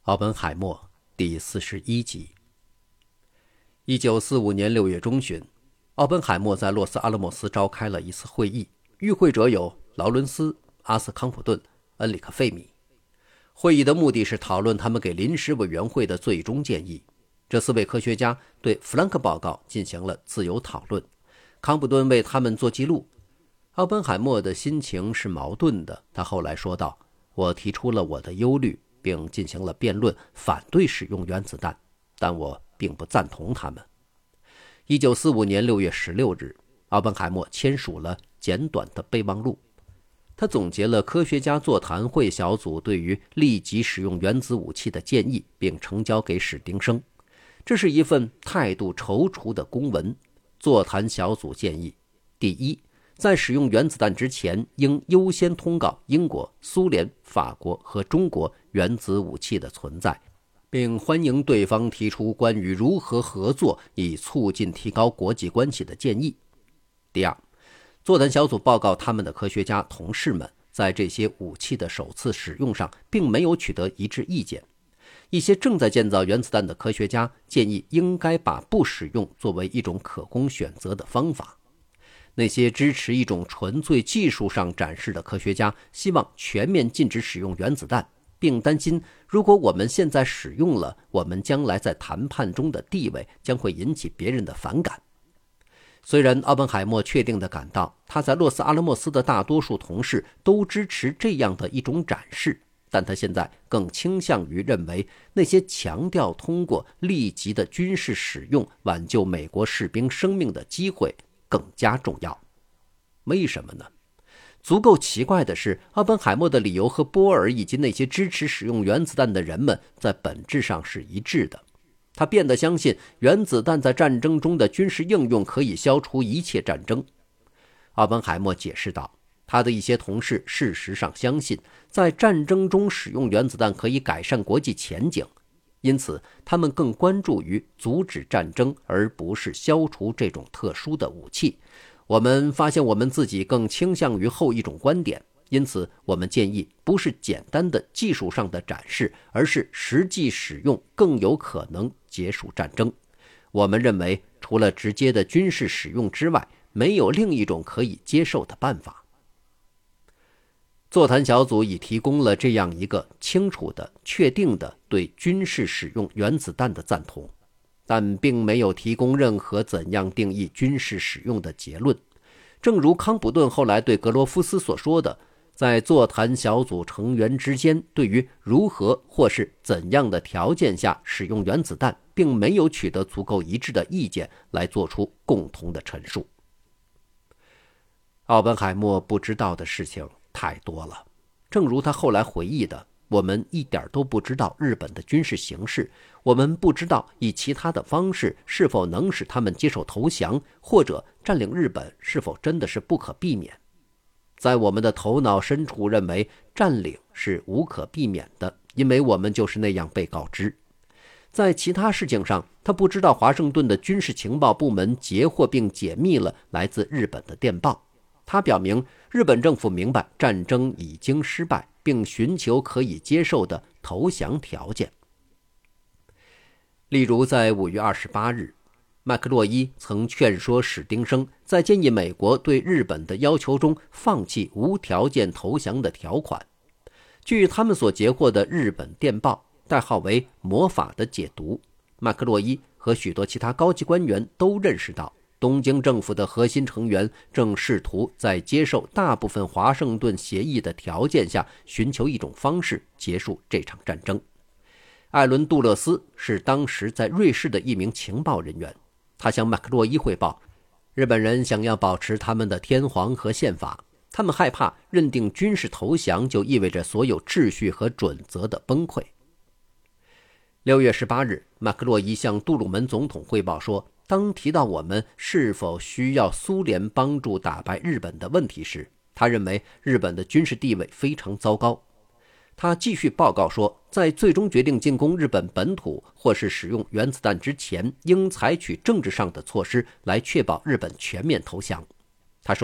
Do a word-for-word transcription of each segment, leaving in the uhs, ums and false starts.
奥本海默第四十一集。一九四五年六月中旬，奥本海默在洛斯阿拉莫斯召开了一次会议，与会者有劳伦斯、阿斯康普顿、恩里克费米。会议的目的是讨论他们给临时委员会的最终建议。这四位科学家对弗兰克报告进行了自由讨论，康普顿为他们做记录。奥本海默的心情是矛盾的，他后来说道：我提出了我的忧虑，并进行了辩论，反对使用原子弹，但我并不赞同他们。一九四五年六月十六日，奥本海默签署了简短的备忘录。他总结了科学家座谈会小组对于立即使用原子武器的建议，并呈交给史丁生。这是一份态度踌躇的公文。座谈小组建议：第一，在使用原子弹之前，应优先通告英国、苏联、法国和中国原子武器的存在，并欢迎对方提出关于如何合作以促进提高国际关系的建议。第二，座谈小组报告他们的科学家同事们在这些武器的首次使用上并没有取得一致意见。一些正在建造原子弹的科学家建议应该把不使用作为一种可供选择的方法。那些支持一种纯粹技术上展示的科学家希望全面禁止使用原子弹，并担心如果我们现在使用了，我们将来在谈判中的地位将会引起别人的反感。虽然奥本海默确定地感到他在洛斯阿拉莫斯的大多数同事都支持这样的一种展示，但他现在更倾向于认为那些强调通过立即的军事使用挽救美国士兵生命的机会更加重要。为什么呢？足够奇怪的是，奥本海默的理由和波尔以及那些支持使用原子弹的人们在本质上是一致的。他变得相信原子弹在战争中的军事应用可以消除一切战争。奥本海默解释道，他的一些同事事实上相信在战争中使用原子弹可以改善国际前景，因此他们更关注于阻止战争而不是消除这种特殊的武器。我们发现我们自己更倾向于后一种观点，因此我们建议不是简单的技术上的展示，而是实际使用更有可能结束战争。我们认为除了直接的军事使用之外，没有另一种可以接受的办法。座谈小组已提供了这样一个清楚的、确定的对军事使用原子弹的赞同，但并没有提供任何怎样定义军事使用的结论。正如康普顿后来对格罗夫斯所说的，在座谈小组成员之间对于如何或是怎样的条件下使用原子弹并没有取得足够一致的意见来做出共同的陈述。奥本海默不知道的事情太多了，正如他后来回忆的，我们一点都不知道日本的军事形势，我们不知道以其他的方式是否能使他们接受投降，或者占领日本是否真的是不可避免。在我们的头脑深处认为占领是无可避免的，因为我们就是那样被告知。在其他事情上，他不知道华盛顿的军事情报部门截获并解密了来自日本的电报。他表明日本政府明白战争已经失败，并寻求可以接受的投降条件。例如在五月二十八日，麦克洛伊曾劝说史丁生在建议美国对日本的要求中放弃无条件投降的条款。据他们所截获的日本电报代号为魔法的解读，麦克洛伊和许多其他高级官员都认识到东京政府的核心成员正试图在接受大部分华盛顿协议的条件下寻求一种方式结束这场战争。艾伦·杜勒斯是当时在瑞士的一名情报人员，他向麦克洛伊汇报，日本人想要保持他们的天皇和宪法，他们害怕认定军事投降就意味着所有秩序和准则的崩溃。六月十八日，麦克洛伊向杜鲁门总统汇报说，当提到我们是否需要苏联帮助打败日本的问题时，他认为日本的军事地位非常糟糕。他继续报告说，在最终决定进攻日本本土或是使用原子弹之前，应采取政治上的措施来确保日本全面投降。他说，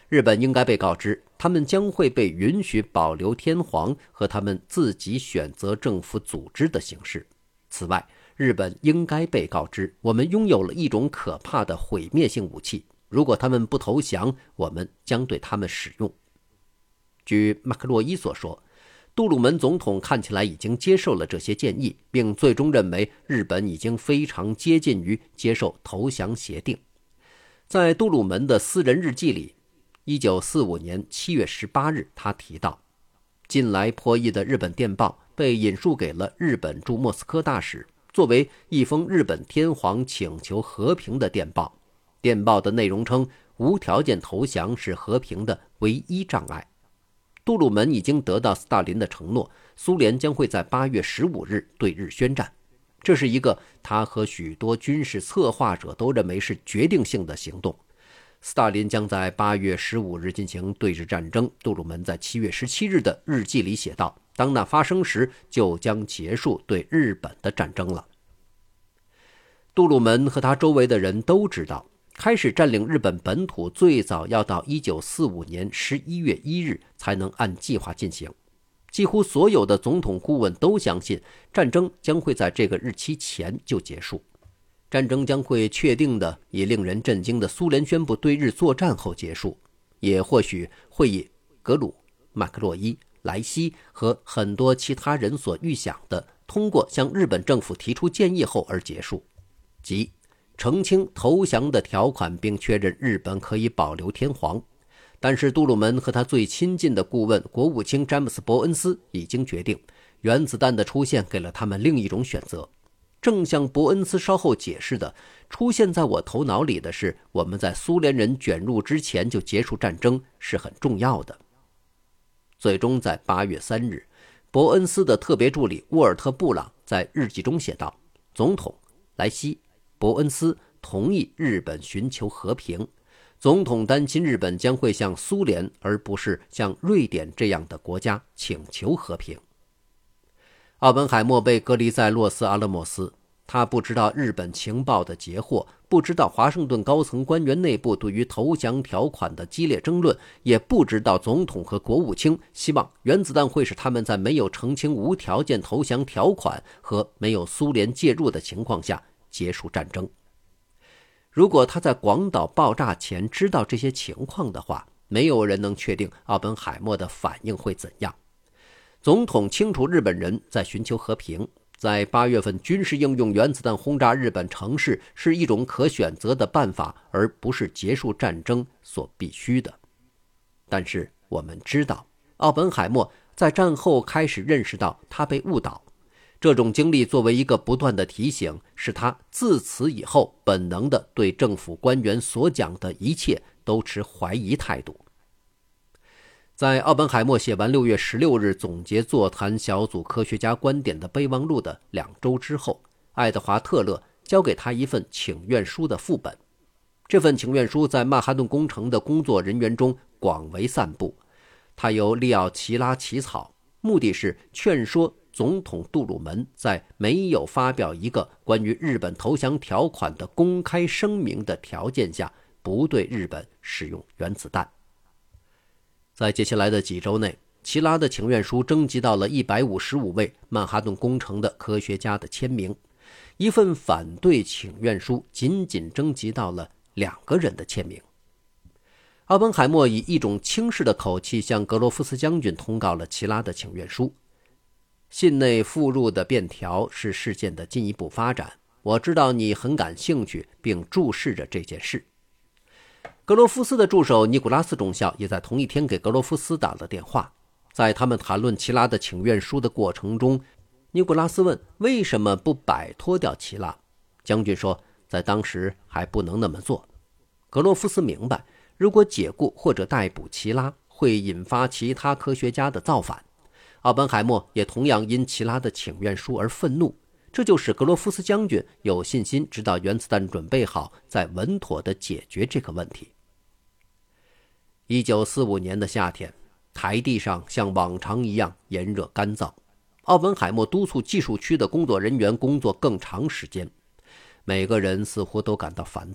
日本应该被告知，他们将会被允许保留天皇和他们自己选择政府组织的形式。此外，日本应该被告知，我们拥有了一种可怕的毁灭性武器，如果他们不投降，我们将对他们使用。据麦克洛伊所说，杜鲁门总统看起来已经接受了这些建议，并最终认为日本已经非常接近于接受投降协定。在杜鲁门的私人日记里，一九四五年七月十八日，他提到，近来破译的日本电报被引述给了日本驻莫斯科大使，作为一封日本天皇请求和平的电报。电报的内容称，无条件投降是和平的唯一障碍。杜鲁门已经得到斯大林的承诺，苏联将会在八月十五日对日宣战。这是一个他和许多军事策划者都认为是决定性的行动。斯大林将在八月十五日进行对日战争。杜鲁门在七月十七日的日记里写道，当那发生时，就将结束对日本的战争了。杜鲁门和他周围的人都知道，开始占领日本本土最早要到一九四五年十一月一日才能按计划进行。几乎所有的总统顾问都相信，战争将会在这个日期前就结束。战争将会确定的以令人震惊的苏联宣布对日作战后结束，也或许会以格鲁、麦克洛伊、莱西和很多其他人所预想的通过向日本政府提出建议后而结束，即澄清投降的条款并确认日本可以保留天皇。但是杜鲁门和他最亲近的顾问国务卿詹姆斯·伯恩斯已经决定，原子弹的出现给了他们另一种选择。正像伯恩斯稍后解释的，出现在我头脑里的是，我们在苏联人卷入之前就结束战争是很重要的。最终在八月三日，伯恩斯的特别助理沃尔特·布朗在日记中写道，总统莱西、伯恩斯同意日本寻求和平，总统担心日本将会向苏联而不是向瑞典这样的国家请求和平。奥本海默被隔离在洛斯阿拉莫斯，他不知道日本情报的截获，不知道华盛顿高层官员内部对于投降条款的激烈争论，也不知道总统和国务卿希望原子弹会使他们在没有澄清无条件投降条款和没有苏联介入的情况下结束战争。如果他在广岛爆炸前知道这些情况的话，没有人能确定奥本海默的反应会怎样。总统清楚日本人在寻求和平，在八月份军事应用原子弹轰炸日本城市是一种可选择的办法，而不是结束战争所必须的。但是我们知道，奥本海默在战后开始认识到他被误导，这种经历作为一个不断的提醒，使他自此以后本能地对政府官员所讲的一切都持怀疑态度。在奥本海默写完六月十六日总结座谈小组科学家观点的备忘录的两周之后，爱德华·特勒交给他一份请愿书的副本。这份请愿书在曼哈顿工程的工作人员中广为散布，它由利奥·齐拉起草，目的是劝说总统杜鲁门在没有发表一个关于日本投降条款的公开声明的条件下，不对日本使用原子弹。在接下来的几周内，齐拉的请愿书征集到了一百五十五位曼哈顿工程的科学家的签名，一份反对请愿书仅仅征集到了两个人的签名。奥本海默以一种轻视的口气向格罗夫斯将军通告了齐拉的请愿书。信内附录的便条是事件的进一步发展，我知道你很感兴趣并注视着这件事。格罗夫斯的助手尼古拉斯中校也在同一天给格罗夫斯打了电话。在他们谈论齐拉的请愿书的过程中，尼古拉斯问为什么不摆脱掉齐拉。将军说，在当时还不能那么做。格罗夫斯明白，如果解雇或者逮捕齐拉，会引发其他科学家的造反。奥本海默也同样因齐拉的请愿书而愤怒，这就使格罗夫斯将军有信心直到原子弹准备好，再稳妥地解决这个问题。一九四五年的夏天，台地上像往常一样炎热干燥。奥本海默督促技术区的工作人员工作更长时间，每个人似乎都感到烦躁。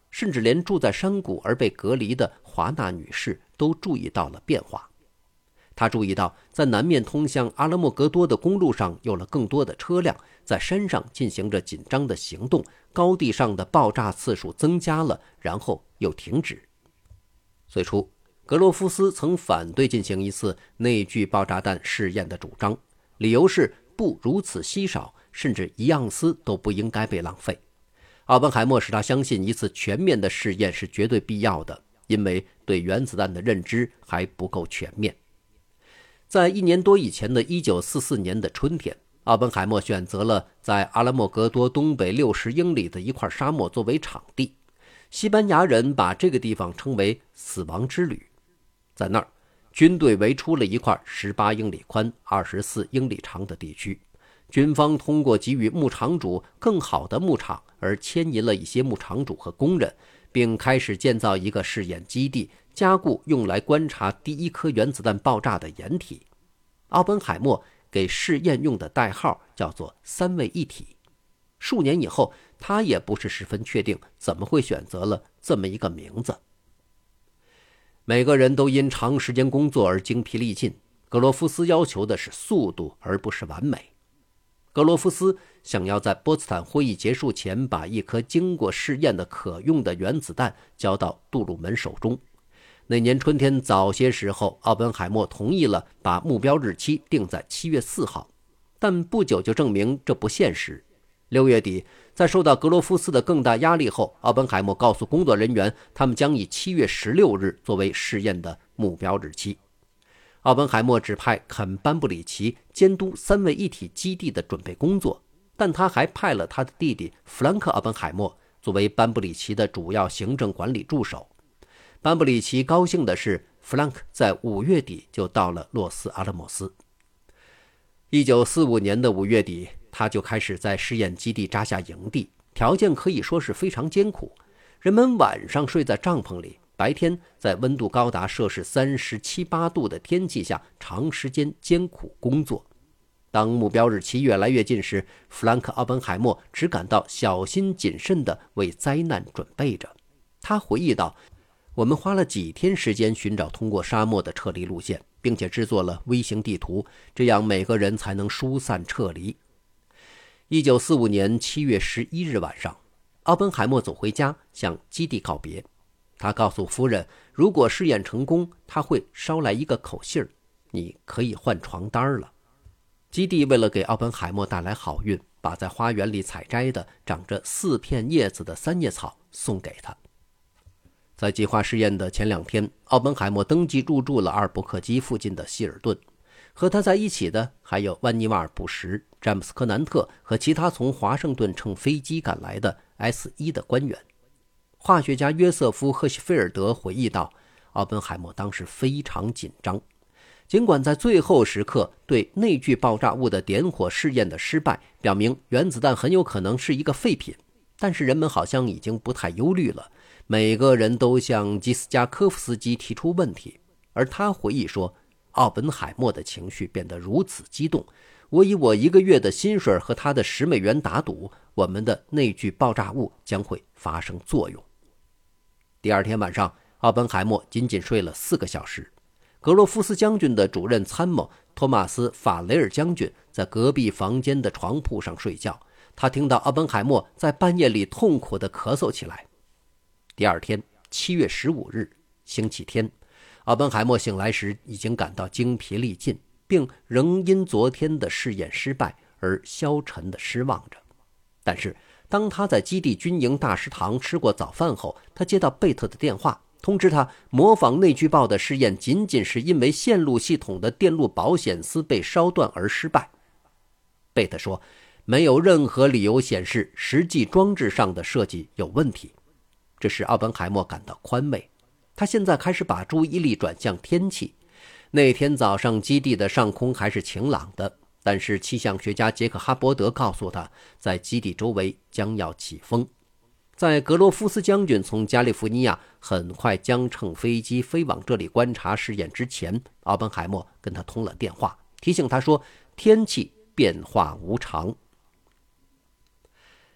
甚至连住在山谷而被隔离的华纳女士都注意到了变化。她注意到在南面通向阿拉莫格多的公路上有了更多的车辆，在山上进行着紧张的行动，高地上的爆炸次数增加了，然后又停止。最初，格罗夫斯曾反对进行一次内聚爆炸弹试验的主张，理由是布如此稀少，甚至一盎司都不应该被浪费。奥本海默使他相信一次全面的试验是绝对必要的，因为对原子弹的认知还不够全面。在一年多以前的一九四四年的春天，奥本海默选择了在阿拉莫格多东北六十英里的一块沙漠作为场地。西班牙人把这个地方称为死亡之旅。在那儿，军队围出了一块十八英里宽、二十四英里长的地区。军方通过给予牧场主更好的牧场而牵引了一些牧场主和工人，并开始建造一个试验基地，加固用来观察第一颗原子弹爆炸的掩体。奥本海默给试验用的代号叫做三位一体。数年以后，他也不是十分确定怎么会选择了这么一个名字。每个人都因长时间工作而精疲力尽，格罗夫斯要求的是速度而不是完美。格罗夫斯想要在波茨坦会议结束前把一颗经过试验的可用的原子弹交到杜鲁门手中。那年春天早些时候，奥本海默同意了把目标日期定在七月四号，但不久就证明这不现实。六月底，在受到格罗夫斯的更大压力后，奥本海默告诉工作人员，他们将以七月十六日作为试验的目标日期。奥本海默指派肯·班布里奇监督三位一体基地的准备工作，但他还派了他的弟弟弗兰克·奥本海默作为班布里奇的主要行政管理助手。班布里奇高兴的是，弗兰克在五月底就到了洛斯阿拉莫斯。一九四五年的五月底，他就开始在试验基地扎下营地，条件可以说是非常艰苦。人们晚上睡在帐篷里，白天在温度高达摄氏三十七八度的天气下长时间艰苦工作。当目标日期越来越近时，弗兰克·奥本海默只感到小心谨慎地为灾难准备着。他回忆道，我们花了几天时间寻找通过沙漠的撤离路线，并且制作了微型地图，这样每个人才能疏散撤离。一九四五年七月十一日晚上，奥本海默走回家向基地告别。他告诉夫人，如果试验成功，他会捎来一个口信儿，你可以换床单了。基地为了给奥本海默带来好运，把在花园里采摘的长着四片叶子的三叶草送给他。在计划试验的前两天，奥本海默登记入住了阿尔伯克基附近的希尔顿。和他在一起的还有万尼瓦尔·布什、詹姆斯·柯南特和其他从华盛顿乘飞机赶来的 S 一 的官员。化学家约瑟夫·赫西菲尔德回忆道，奥本海默当时非常紧张。尽管在最后时刻对内聚爆炸物的点火试验的失败表明原子弹很有可能是一个废品，但是人们好像已经不太忧虑了。每个人都向基斯加科夫斯基提出问题，而他回忆说，奥本海默的情绪变得如此激动，我以我一个月的薪水和他的十美元打赌，我们的内聚爆炸物将会发生作用。第二天晚上，奥本海默仅仅睡了四个小时。格罗夫斯将军的主任参谋托马斯·法雷尔将军在隔壁房间的床铺上睡觉，他听到奥本海默在半夜里痛苦地咳嗽起来。第二天，七月十五日，星期天，奥本海默醒来时已经感到精疲力尽，并仍因昨天的试验失败而消沉地失望着。但是当他在基地军营大食堂吃过早饭后，他接到贝特的电话，通知他模仿内聚爆的试验仅仅是因为线路系统的电路保险丝被烧断而失败。贝特说，没有任何理由显示实际装置上的设计有问题。这使奥本海默感到宽慰，他现在开始把注意力转向天气。那天早上基地的上空还是晴朗的，但是气象学家杰克哈伯德告诉他，在基地周围将要起风。在格罗夫斯将军从加利福尼亚很快将乘飞机飞往这里观察试验之前，奥本海默跟他通了电话，提醒他说天气变化无常。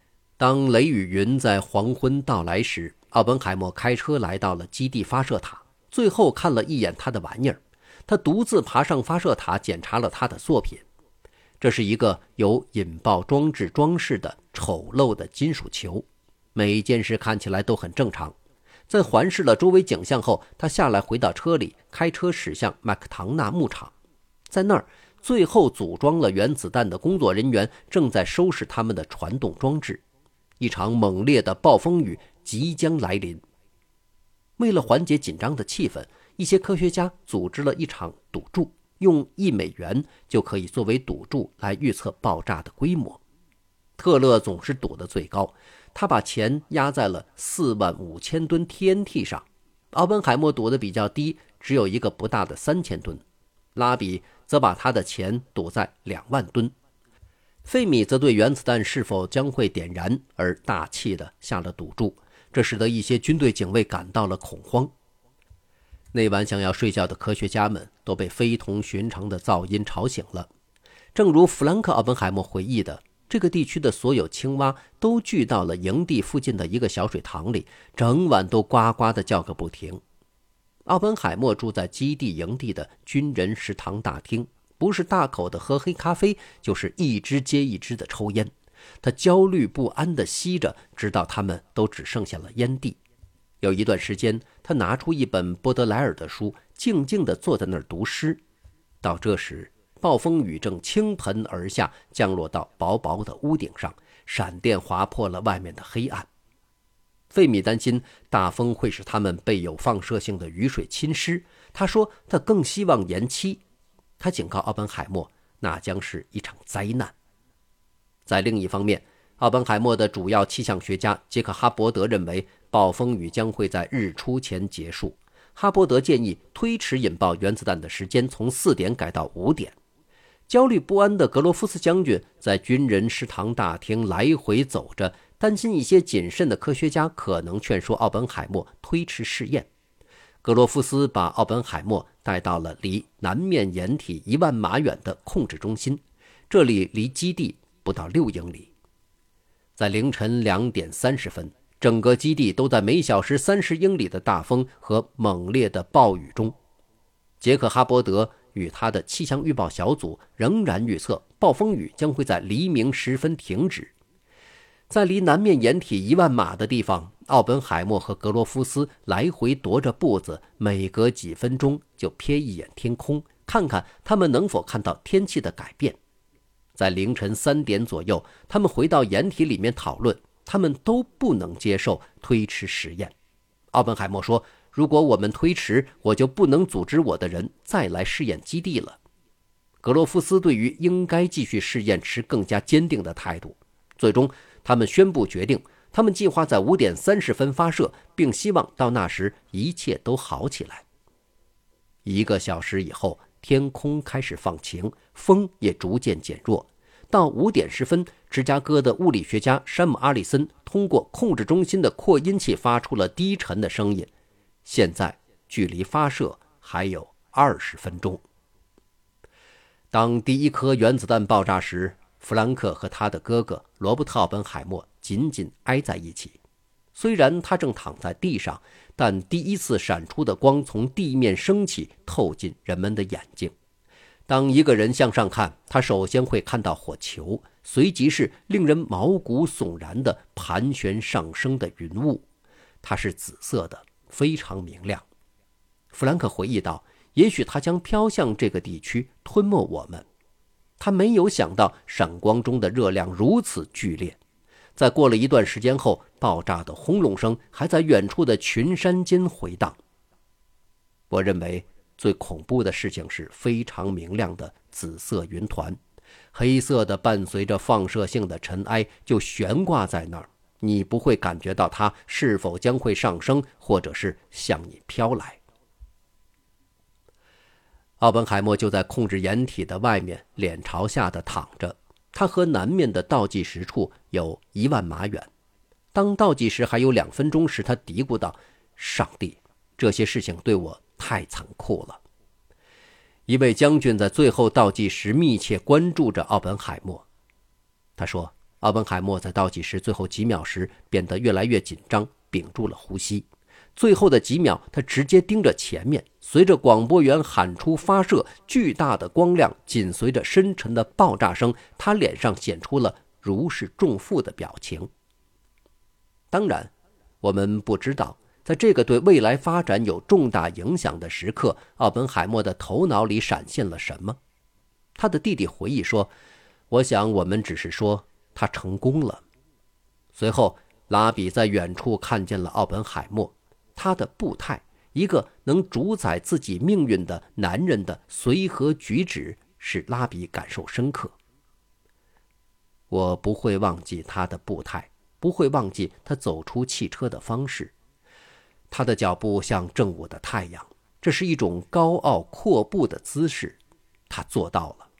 当雷雨云在黄昏到来时，奥本海默开车来到了基地发射塔，最后看了一眼他的玩意儿。他独自爬上发射塔，检查了他的作品。这是一个由引爆装置装饰的丑陋的金属球，每一件事看起来都很正常。在环视了周围景象后，他下来回到车里，开车驶向麦克唐纳牧场。在那儿，最后组装了原子弹的工作人员正在收拾他们的传动装置。一场猛烈的暴风雨即将来临。为了缓解紧张的气氛，一些科学家组织了一场赌注，用一美元就可以作为赌注来预测爆炸的规模。特勒总是赌得最高，他把钱压在了四万五千吨 T N T 上。奥本海默赌得比较低，只有一个不大的三千吨。拉比则把他的钱赌在两万吨。费米则对原子弹是否将会点燃而大气地下了赌注，这使得一些军队警卫感到了恐慌。那晚想要睡觉的科学家们都被非同寻常的噪音吵醒了。正如弗兰克·奥本海默回忆的，这个地区的所有青蛙都聚到了营地附近的一个小水塘里，整晚都呱呱地叫个不停。奥本海默住在基地营地的军人食堂大厅，不是大口的喝黑咖啡，就是一支接一支的抽烟。他焦虑不安地吸着，直到他们都只剩下了烟蒂。有一段时间，他拿出一本波德莱尔的书，静静地坐在那儿读诗。到这时，暴风雨正倾盆而下，降落到薄薄的屋顶上，闪电划破了外面的黑暗。费米担心大风会使他们被有放射性的雨水侵湿，他说他更希望延期。他警告奥本海默，那将是一场灾难。在另一方面，奥本海默的主要气象学家杰克·哈伯德认为暴风雨将会在日出前结束。哈伯德建议推迟引爆原子弹的时间，从四点改到五点。焦虑不安的格罗夫斯将军在军人食堂大厅来回走着，担心一些谨慎的科学家可能劝说奥本海默推迟试验。格罗夫斯把奥本海默带到了离南面掩体一万码远的控制中心，这里离基地不到六英里。在凌晨两点三十分，整个基地都在每小时三十英里的大风和猛烈的暴雨中。杰克·哈伯德与他的气象预报小组仍然预测暴风雨将会在黎明时分停止。在离南面掩体一万码的地方，奥本海默和格罗夫斯来回踱着步子，每隔几分钟就瞥一眼天空，看看他们能否看到天气的改变。在凌晨三点左右，他们回到掩体里面讨论，他们都不能接受推迟实验。奥本海默说，如果我们推迟，我就不能组织我的人再来试验基地了。格罗夫斯对于应该继续试验持更加坚定的态度。最终他们宣布决定，他们计划在五点三十分发射，并希望到那时一切都好起来。一个小时以后，天空开始放晴，风也逐渐减弱。到五点十分，芝加哥的物理学家山姆·阿里森通过控制中心的扩音器发出了低沉的声音。现在距离发射还有二十分钟。当第一颗原子弹爆炸时，弗兰克和他的哥哥罗伯特·奥本海默紧紧挨在一起。虽然他正躺在地上，但第一次闪出的光从地面升起，透进人们的眼睛。当一个人向上看，他首先会看到火球，随即是令人毛骨悚然的盘旋上升的云雾，它是紫色的，非常明亮。弗兰克回忆道，也许它将飘向这个地区，吞没我们。他没有想到闪光中的热量如此剧烈。在过了一段时间后，爆炸的轰隆声还在远处的群山间回荡。我认为最恐怖的事情是非常明亮的紫色云团，黑色的伴随着放射性的尘埃就悬挂在那儿，你不会感觉到它是否将会上升，或者是向你飘来。奥本海默就在控制掩体的外面，脸朝下的躺着。他和南面的倒计时处有一万码远。当倒计时还有两分钟时，他嘀咕道：上帝，这些事情对我太残酷了。一位将军在最后倒计时密切关注着奥本海默。他说： 奥本海默在倒计时最后几秒时变得越来越紧张，屏住了呼吸。最后的几秒，他直接盯着前面，随着广播员喊出发射，巨大的光亮紧随着深沉的爆炸声，他脸上显出了如释重负的表情。当然，我们不知道在这个对未来发展有重大影响的时刻，奥本海默的头脑里闪现了什么。他的弟弟回忆说，我想我们只是说他成功了。随后拉比在远处看见了奥本海默，他的步态，一个能主宰自己命运的男人的随和举止，使拉比感受深刻。我不会忘记他的步态，不会忘记他走出汽车的方式。他的脚步像正午的太阳，这是一种高傲阔步的姿势，他做到了。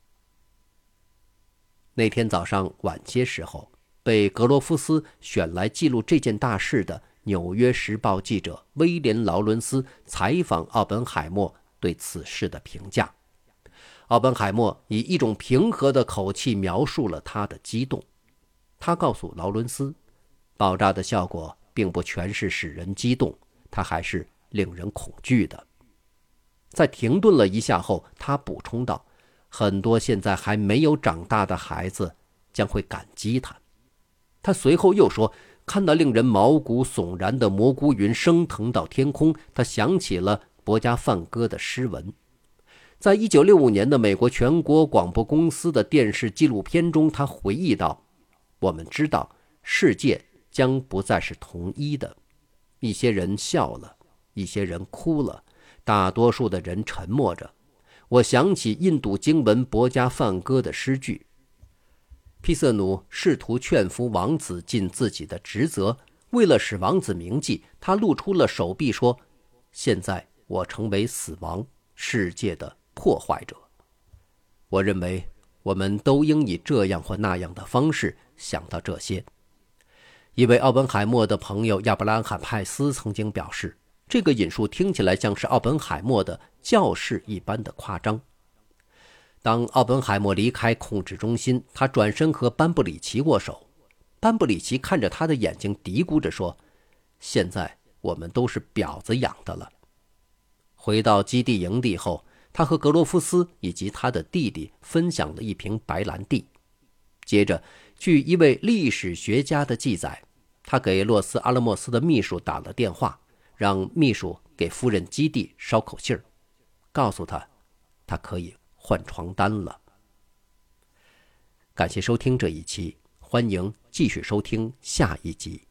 那天早上晚些时候，被格罗夫斯选来记录这件大事的纽约时报记者威廉·劳伦斯采访奥本海默对此事的评价。奥本海默以一种平和的口气描述了他的激动。他告诉劳伦斯，爆炸的效果并不全是使人激动，它还是令人恐惧的。在停顿了一下后，他补充道，很多现在还没有长大的孩子将会感激他。他随后又说，看到令人毛骨悚然的蘑菇云升腾到天空，他想起了伯加梵歌的诗文。在一九六五年的美国全国广播公司的电视纪录片中，他回忆道，我们知道世界将不再是同一的，一些人笑了，一些人哭了，大多数的人沉默着。我想起印度经文伯加梵歌的诗句，毗瑟努试图劝服王子尽自己的职责，为了使王子铭记，他露出了手臂说，现在我成为死亡世界的破坏者。我认为我们都应以这样或那样的方式想到这些。一位奥本海默的朋友亚伯拉罕·派斯曾经表示，这个引述听起来像是奥本海默的教示一般的夸张。当奥本海默离开控制中心，他转身和班布里奇握手。班布里奇看着他的眼睛嘀咕着说，现在我们都是婊子养的了。回到基地营地后，他和格罗夫斯以及他的弟弟分享了一瓶白兰地。接着，据一位历史学家的记载，他给洛斯阿拉莫斯的秘书打了电话，让秘书给夫人基地捎口信儿，告诉他他可以换床单了。感谢收听这一期，欢迎继续收听下一集。